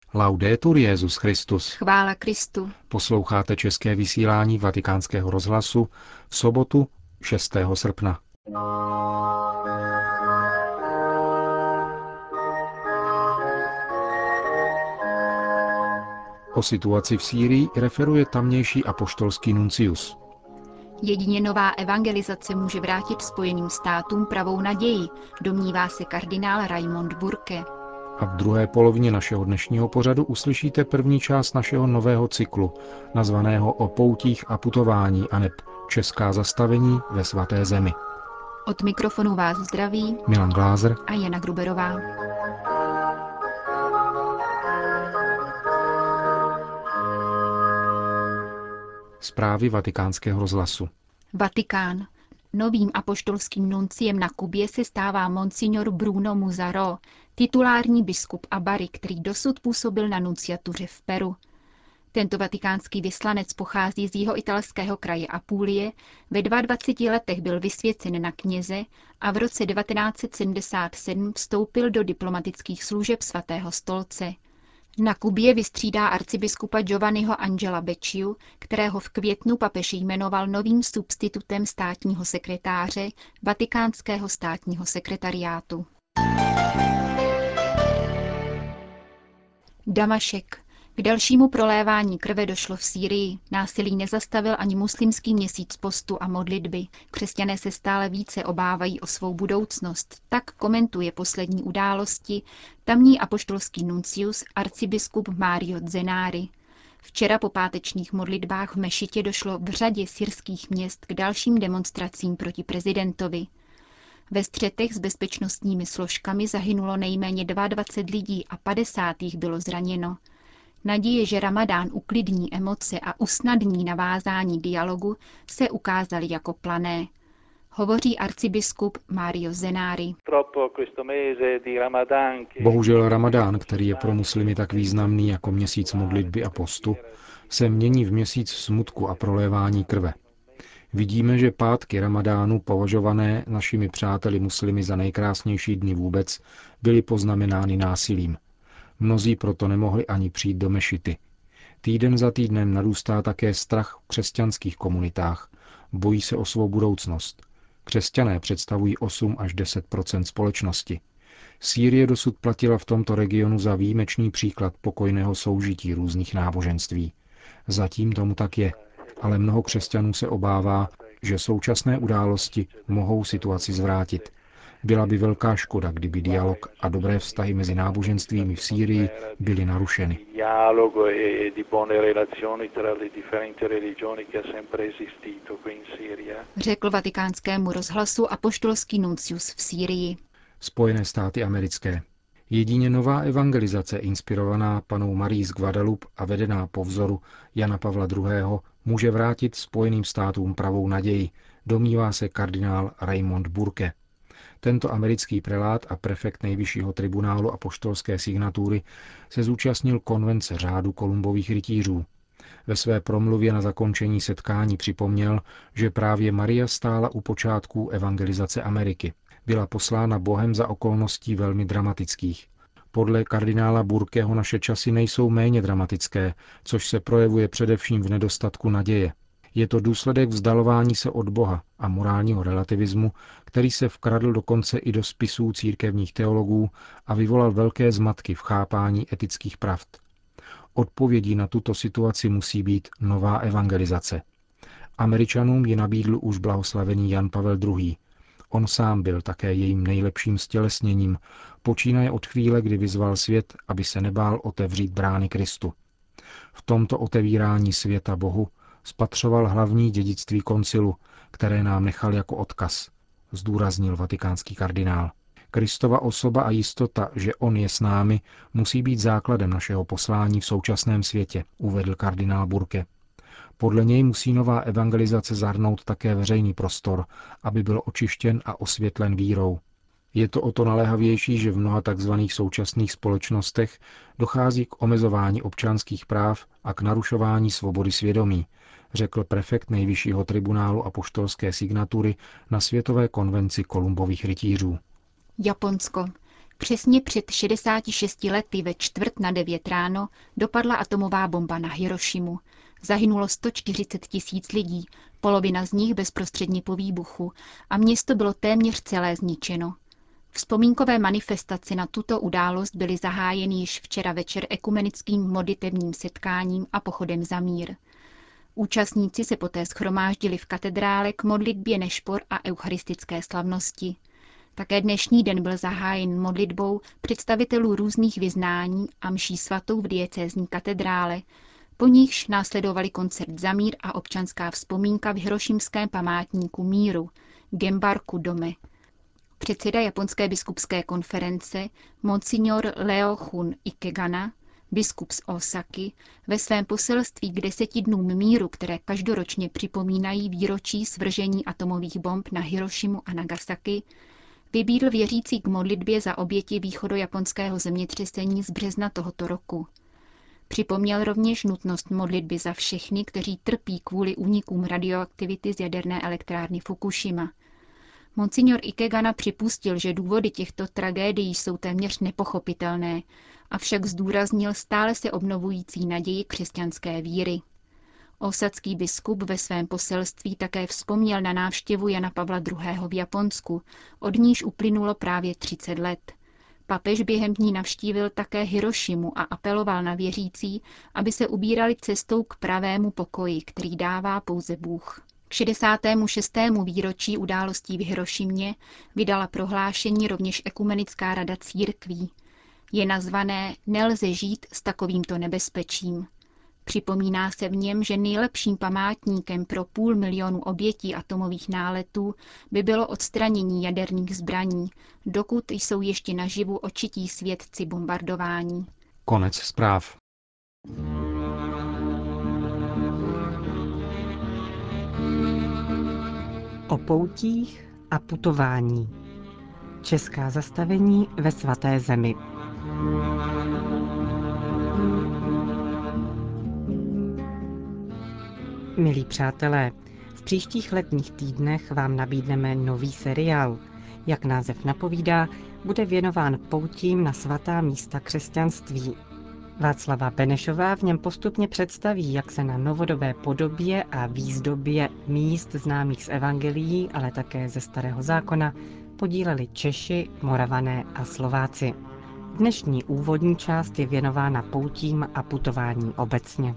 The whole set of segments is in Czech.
Laudetur Jesus Christus. Chvála Kristu. Posloucháte české vysílání Vatikánského rozhlasu v sobotu 6. srpna. O situaci v Sýrii referuje tamnější apoštolský nuncius. Jedině nová evangelizace může vrátit Spojeným státům pravou naději, domnívá se kardinál Raimond Burke. A v druhé polovině našeho dnešního pořadu uslyšíte první část našeho nového cyklu, nazvaného O poutích a putování aneb Česká zastavení ve svaté zemi. Od mikrofonu vás zdraví Milan Glázer a Jana Gruberová. Zprávy Vatikánského rozhlasu. Vatikán. Novým apoštolským nunciem na Kubě se stává monsignor Bruno Muzaro, titulární biskup Abary, který dosud působil na nunciatuře v Peru. Tento vatikánský vyslanec pochází z jihoitalského kraje Apulie, ve 22 letech byl vysvěcen na kněze a v roce 1977 vstoupil do diplomatických služeb Svatého stolce. Na Kubě vystřídá arcibiskupa Giovanniho Angela Becciu, kterého v květnu papež jmenoval novým substitutem státního sekretáře Vatikánského státního sekretariátu. Damašek. K dalšímu prolévání krve došlo v Sýrii. Násilí nezastavil ani muslimský měsíc postu a modlitby. Křesťané se stále více obávají o svou budoucnost. Tak komentuje poslední události tamní apoštolský nuncius arcibiskup Mario Zenari. Včera po pátečních modlitbách v mešitě došlo v řadě syrských měst k dalším demonstracím proti prezidentovi. Ve střetech s bezpečnostními složkami zahynulo nejméně 22 lidí a 50 jich bylo zraněno. Naděje, že Ramadán uklidní emoce a usnadní navázání dialogu, se ukázaly jako plané. Hovoří arcibiskup Mario Zenari. Bohužel Ramadán, který je pro muslimy tak významný jako měsíc modlitby a postu, se mění v měsíc smutku a prolévání krve. Vidíme, že pátky Ramadánu, považované našimi přáteli muslimy za nejkrásnější dny vůbec, byly poznamenány násilím. Mnozí proto nemohli ani přijít do mešity. Týden za týdnem narůstá také strach v křesťanských komunitách. Bojí se o svou budoucnost. Křesťané představují 8 až 10 společnosti. Sýrie dosud platila v tomto regionu za výjimečný příklad pokojného soužití různých náboženství. Zatím tomu tak je, ale mnoho křesťanů se obává, že současné události mohou situaci zvrátit. Byla by velká škoda, kdyby dialog a dobré vztahy mezi náboženstvími v Sýrii byly narušeny. Řekl Vatikánskému rozhlasu apoštolský nuncius v Sýrii. Spojené státy americké. Jedině nová evangelizace inspirovaná panou Marií z Guadalupe a vedená po vzoru Jana Pavla II. Může vrátit Spojeným státům pravou naději, domnívá se kardinál Raimond Burke. Tento americký prelát a prefekt nejvyššího tribunálu apoštolské signatury se zúčastnil konvence řádu Kolumbových rytířů. Ve své promluvě na zakončení setkání připomněl, že právě Maria stála u počátků evangelizace Ameriky. Byla poslána Bohem za okolností velmi dramatických. Podle kardinála Burkeho naše časy nejsou méně dramatické, což se projevuje především v nedostatku naděje. Je to důsledek vzdalování se od Boha a morálního relativismu, který se vkradl dokonce i do spisů církevních teologů a vyvolal velké zmatky v chápání etických pravd. Odpovědí na tuto situaci musí být nová evangelizace. Američanům ji nabídl už blahoslavený Jan Pavel II. On sám byl také jejím nejlepším stělesněním, počínaje od chvíle, kdy vyzval svět, aby se nebál otevřít brány Kristu. V tomto otevírání světa Bohu spatřoval hlavní dědictví koncilu, které nám nechal jako odkaz, zdůraznil vatikánský kardinál. Kristova osoba a jistota, že on je s námi, musí být základem našeho poslání v současném světě, uvedl kardinál Burke. Podle něj musí nová evangelizace zahrnout také veřejný prostor, aby byl očištěn a osvětlen vírou. Je to o to naléhavější, že v mnoha tzv. Současných společnostech dochází k omezování občanských práv a k narušování svobody svědomí, řekl prefekt nejvyššího tribunálu apoštolské signatury na Světové konvenci Kolumbových rytířů. Japonsko. Přesně před 66 lety ve 8:45 ráno dopadla atomová bomba na Hirošimu. Zahynulo 140 000 lidí, polovina z nich bezprostředně po výbuchu, a město bylo téměř celé zničeno. Vzpomínkové manifestace na tuto událost byly zahájeny již včera večer ekumenickým modlitebním setkáním a pochodem za mír. Účastníci se poté shromáždili v katedrále k modlitbě nešpor a eucharistické slavnosti. Také dnešní den byl zahájen modlitbou představitelů různých vyznání a mší svatou v diecézní katedrále, po nichž následovali koncert za mír a občanská vzpomínka v hirošimském památníku míru, Genbaku dome. Předseda japonské biskupské konference, monsignor Leo Jun Ikegana, biskup z Ósaky, ve svém poselství k 10 dnům míru, které každoročně připomínají výročí svržení atomových bomb na Hirošimu a Nagasaki, vybídl věřící k modlitbě za oběti východojaponského zemětřesení z března tohoto roku. Připomněl rovněž nutnost modlitby za všechny, kteří trpí kvůli únikům radioaktivity z jaderné elektrárny Fukušima. Monsignor Ikegana připustil, že důvody těchto tragédií jsou téměř nepochopitelné, avšak zdůraznil stále se obnovující naději křesťanské víry. Ósacký biskup ve svém poselství také vzpomněl na návštěvu Jana Pavla II. V Japonsku, od níž uplynulo právě 30 let. Papež během dní navštívil také Hirošimu a apeloval na věřící, aby se ubírali cestou k pravému pokoji, který dává pouze Bůh. K 66. výročí událostí v Hirošimě vydala prohlášení rovněž Ekumenická rada církví. Je nazvané Nelze žít s takovýmto nebezpečím. Připomíná se v něm, že nejlepším památníkem pro 500 000 obětí atomových náletů by bylo odstranění jaderných zbraní, dokud jsou ještě naživu očití svědci bombardování. Konec zpráv. O poutích a putování. Česká zastavení ve Svaté zemi. Milí přátelé, v příštích letních týdnech vám nabídneme nový seriál. Jak název napovídá, bude věnován poutím na svatá místa křesťanství. Václava Benešová v něm postupně představí, jak se na novodobé podobě a výzdobě míst známých z evangelií, ale také ze Starého zákona, podíleli Češi, Moravané a Slováci. Dnešní úvodní část je věnována poutím a putování obecně.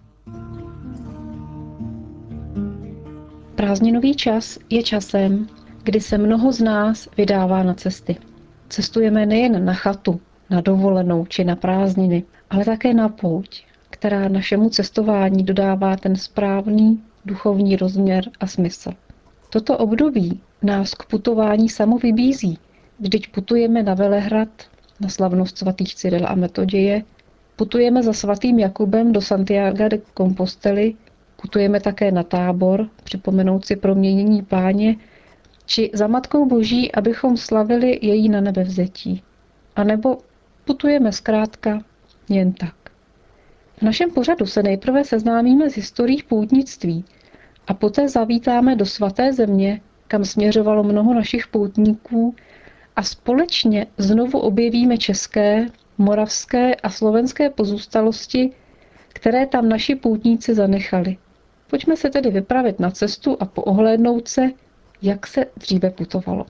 Prázdninový čas je časem, kdy se mnoho z nás vydává na cesty. Cestujeme nejen na chatu, na dovolenou či na prázdniny, ale také na pouť, která našemu cestování dodává ten správný duchovní rozměr a smysl. Toto období nás k putování samo vybízí, vždyť putujeme na Velehrad, na slavnost svatých Cyrila a Metoděje, putujeme za svatým Jakubem do Santiaga de Compostely, putujeme také na Tábor, připomenout si proměnění Páně, či za Matkou Boží, abychom slavili její nanebevzetí. A nebo putujeme zkrátka jen tak. V našem pořadu se nejprve seznámíme s historií poutnictví a poté zavítáme do Svaté země, kam směřovalo mnoho našich poutníků, a společně znovu objevíme české, moravské a slovenské pozůstalosti, které tam naši poutníci zanechali. Pojďme se tedy vypravit na cestu a poohlédnout se, jak se dříve putovalo.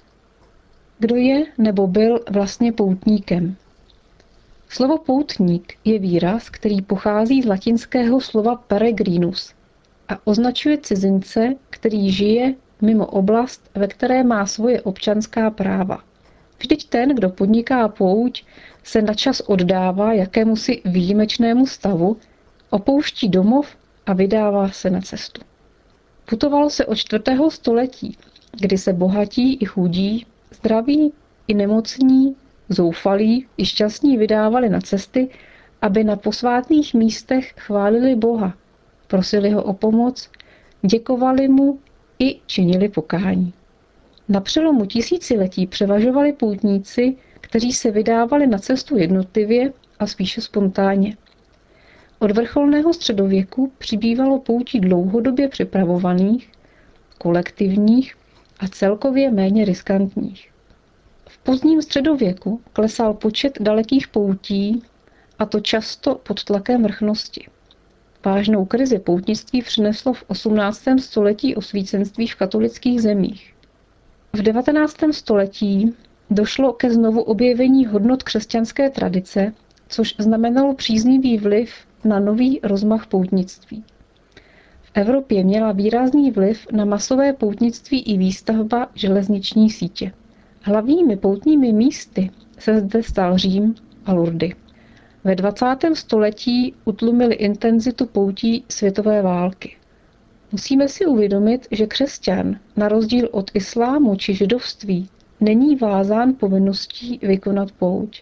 Kdo je nebo byl vlastně poutníkem? Slovo poutník je výraz, který pochází z latinského slova peregrinus a označuje cizince, který žije mimo oblast, ve které má svoje občanská práva. Vždyť ten, kdo podniká pouť, se načas oddává jakémusi výjimečnému stavu, opouští domov a vydává se na cestu. Putovalo se od 4. století, kdy se bohatí i chudí, zdraví i nemocní, zoufalí i šťastní vydávali na cesty, aby na posvátných místech chválili Boha, prosili ho o pomoc, děkovali mu i činili pokání. Na přelomu tisíciletí převažovali poutníci, kteří se vydávali na cestu jednotlivě a spíše spontánně. Od vrcholného středověku přibývalo poutí dlouhodobě připravovaných, kolektivních a celkově méně riskantních. V pozdním středověku klesal počet dalekých poutí, a to často pod tlakem vrchnosti. Vážnou krizi poutnictví přineslo v 18. století osvícenství v katolických zemích. V 19. století došlo ke znovu objevení hodnot křesťanské tradice, což znamenalo příznivý vliv na nový rozmach poutnictví. V Evropě měla výrazný vliv na masové poutnictví i výstavba železniční sítě. Hlavními poutními místy se zde stal Řím a Lourdes. Ve 20. století utlumili intenzitu poutí světové války. Musíme si uvědomit, že křesťan, na rozdíl od islámu či židovství, není vázán povinností vykonat pouť.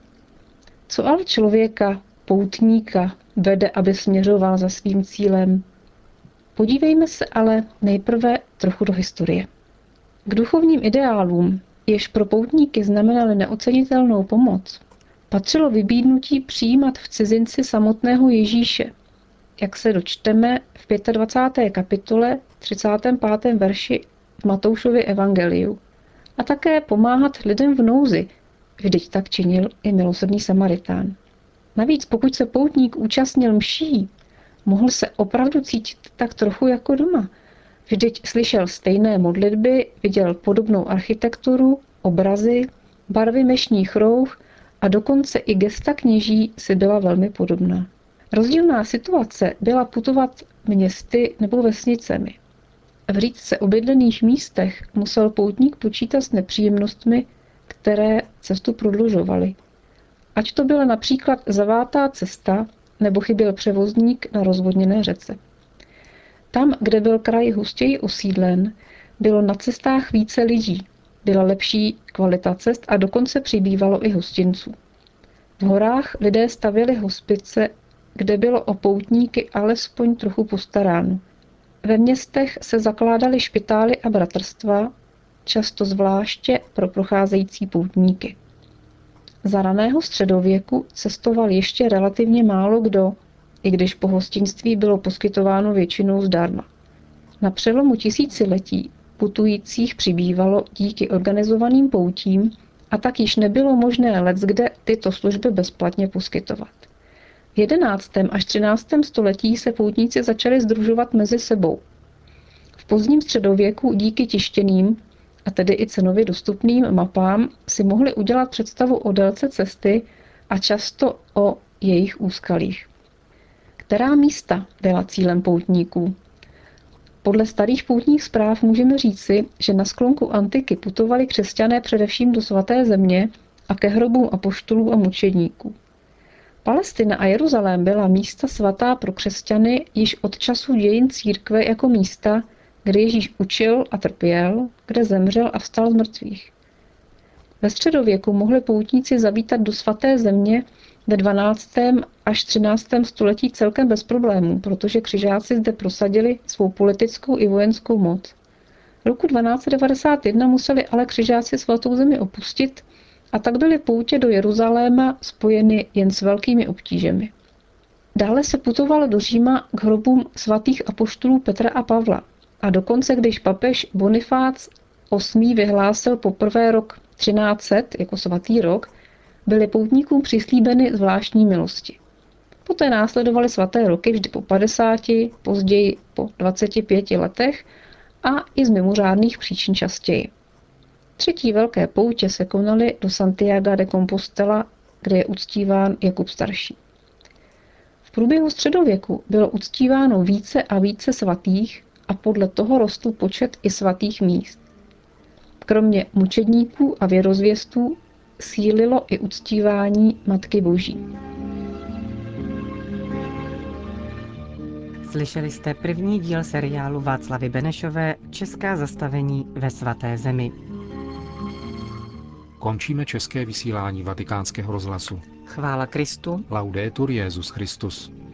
Co ale člověka, poutníka, vede, aby směřoval za svým cílem? Podívejme se ale nejprve trochu do historie. K duchovním ideálům, jež pro poutníky znamenaly neocenitelnou pomoc, patřilo vybídnutí přijímat v cizinci samotného Ježíše, jak se dočteme v 25. kapitole 35. verši v Matoušově evangeliu, a také pomáhat lidem v nouzi, vždyť tak činil i milosrdný Samaritán. Navíc pokud se poutník účastnil mší, mohl se opravdu cítit tak trochu jako doma. Vždyť slyšel stejné modlitby, viděl podobnou architekturu, obrazy, barvy mešních rouch a dokonce i gesta kněží si byla velmi podobná. Rozdílná situace byla putovat městy nebo vesnicemi. V řídce obydlených místech musel poutník počítat s nepříjemnostmi, které cestu prodlužovaly. Ať to byla například zavátá cesta nebo chyběl převozník na rozvodněné řece. Tam, kde byl kraj hustěji osídlen, bylo na cestách více lidí, byla lepší kvalita cest a dokonce přibývalo i hostinců. V horách lidé stavěli hospice, kde bylo o poutníky alespoň trochu postaráno. Ve městech se zakládaly špitály a bratrstva, často zvláště pro procházející poutníky. Za raného středověku cestoval ještě relativně málo kdo, i když pohostinství bylo poskytováno většinou zdarma. Na přelomu tisíciletí putujících přibývalo díky organizovaným poutím a tak již nebylo možné leckde tyto služby bezplatně poskytovat. V 11. až 13. století se poutníci začali sdružovat mezi sebou. V pozdním středověku díky tištěným, a tedy i cenově dostupným mapám si mohli udělat představu o délce cesty a často o jejich úskalích. Která místa byla cílem poutníků? Podle starých poutních zpráv můžeme říci, že na sklonku antiky putovali křesťané především do svaté země a ke hrobům apoštolů a mučedníků. Palestina a Jeruzalém byla místa svatá pro křesťany již od času dějin církve jako místa, kde Ježíš učil a trpěl, kde zemřel a vstal z mrtvých. Ve středověku mohli poutníci zavítat do svaté země ve 12. až 13. století celkem bez problémů, protože křižáci zde prosadili svou politickou i vojenskou moc. Roku 1291 museli ale křižáci svatou zemi opustit a tak byly poutě do Jeruzaléma spojeny jen s velkými obtížemi. Dále se putovalo do Říma k hrobům svatých apoštolů Petra a Pavla a dokonce, když papež Bonifác VIII. Vyhlásil poprvé rok 1300 jako svatý rok, byly poutníkům přislíbeny zvláštní milosti. Poté následovaly svaté roky vždy po 50, později po 25 letech a i z mimořádných příčin častěji. Třetí velké poutě se konaly do Santiaga de Compostela, kde je uctíván Jakub Starší. V průběhu středověku bylo uctíváno více a více svatých a podle toho rostl počet i svatých míst. Kromě mučedníků a věrozvěstů sílilo i uctívání Matky Boží. Slyšeli jste první díl seriálu Václavy Benešové Česká zastavení ve svaté zemi. Končíme české vysílání Vatikánského rozhlasu. Chvála Kristu. Laudetur Jesus Christus.